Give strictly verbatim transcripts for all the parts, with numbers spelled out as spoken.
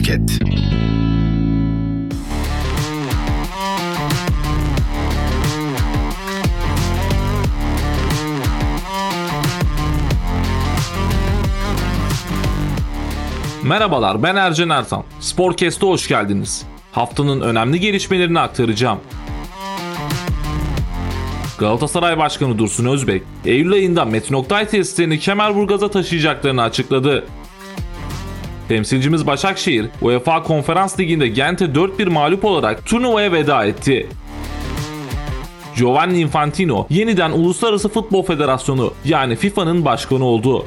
Podcast. Merhabalar, ben Ercan Ertan. Sporcast'a hoş geldiniz. Haftanın önemli gelişmelerini aktaracağım. Galatasaray Başkanı Dursun Özbek, Eylül ayında Metin Oktay tesislerini Kemerburgaz'a taşıyacaklarını açıkladı. Temsilcimiz Başakşehir, UEFA Konferans Ligi'nde Gent'e dört bir mağlup olarak turnuvaya veda etti. Giovanni Infantino yeniden Uluslararası Futbol Federasyonu yani FIFA'nın başkanı oldu.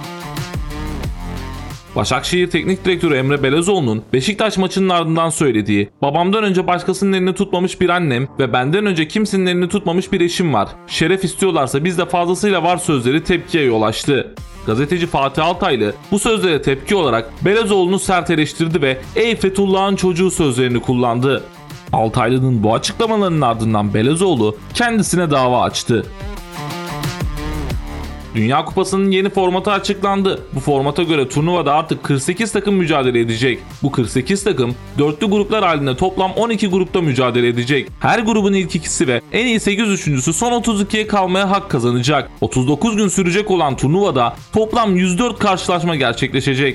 Başakşehir Teknik Direktörü Emre Belezoğlu'nun Beşiktaş maçının ardından söylediği "Babamdan önce başkasının elini tutmamış bir annem ve benden önce kimsenin elini tutmamış bir eşim var. Şeref istiyorlarsa bizde fazlasıyla var" sözleri tepkiye yol açtı. Gazeteci Fatih Altaylı bu sözlere tepki olarak Belezoğlu'nu sert eleştirdi ve "Ey Fethullah'ın çocuğu" sözlerini kullandı. Altaylı'nın bu açıklamalarının ardından Belezoğlu kendisine dava açtı. Dünya Kupası'nın yeni formatı açıklandı. Bu formata göre turnuvada artık kırk sekiz takım mücadele edecek. Bu kırk sekiz takım dörtlü gruplar halinde toplam on iki grupta mücadele edecek. Her grubun ilk ikisi ve en iyi sekiz üçüncüsü son otuz ikiye kalmaya hak kazanacak. otuz dokuz gün sürecek olan turnuvada toplam yüz dört karşılaşma gerçekleşecek.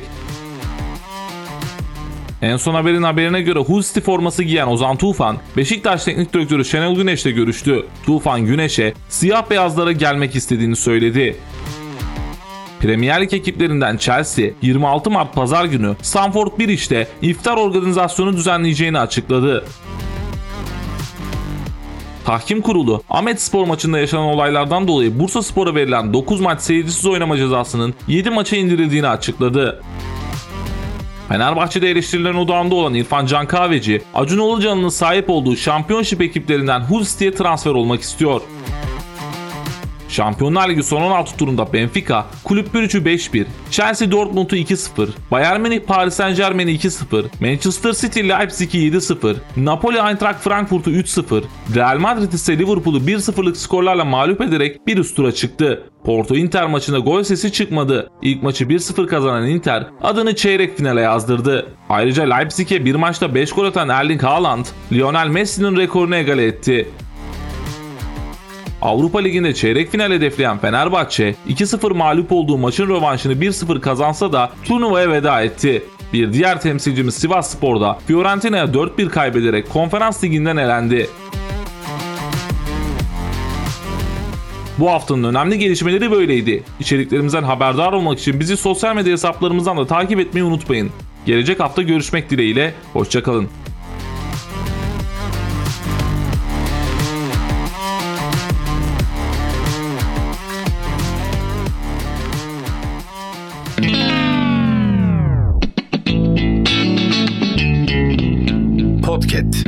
En son haberin haberine göre Hull City forması giyen Ozan Tufan, Beşiktaş Teknik Direktörü Şenol Güneş'le görüştü. Tufan Güneş'e siyah beyazlara gelmek istediğini söyledi. Premier Lig ekiplerinden Chelsea, yirmi altı Mart Pazar günü Stamford Bridge'de iftar organizasyonu düzenleyeceğini açıkladı. Tahkim Kurulu, Ahmetspor maçında yaşanan olaylardan dolayı Bursaspor'a verilen dokuz maç seyircisiz oynama cezasının yedi maça indirildiğini açıkladı. Fenerbahçe'de eleştirilerin odağında olan İrfan Can Kahveci, Acun Ilıcalı'nın sahip olduğu Şampiyonşip ekiplerinden Hull City'ye transfer olmak istiyor. Şampiyonlar Ligi son on altı turunda Benfica, Kulüp Brugge'ü beş bir, Chelsea Dortmund'u iki sıfır, Bayern Münih Paris Saint-Germain'i iki sıfır, Manchester City Leipzig'i yedi sıfır, Napoli Eintracht Frankfurt'u üç sıfır, Real Madrid ise Liverpool'u bir sıfırlık skorlarla mağlup ederek bir üst tura çıktı. Porto Inter maçında gol sesi çıkmadı. İlk maçı bir sıfır kazanan Inter adını çeyrek finale yazdırdı. Ayrıca Leipzig'e bir maçta beş gol atan Erling Haaland, Lionel Messi'nin rekorunu egale etti. Avrupa Ligi'nde çeyrek final hedefleyen Fenerbahçe, iki sıfır mağlup olduğu maçın rövanşını bir sıfır kazansa da turnuvaya veda etti. Bir diğer temsilcimiz Sivasspor'da Fiorentina'ya dört bir kaybederek Konferans Ligi'nden elendi. Bu haftanın önemli gelişmeleri böyleydi. İçeriklerimizden haberdar olmak için bizi sosyal medya hesaplarımızdan da takip etmeyi unutmayın. Gelecek hafta görüşmek dileğiyle, hoşça kalın. Podcast.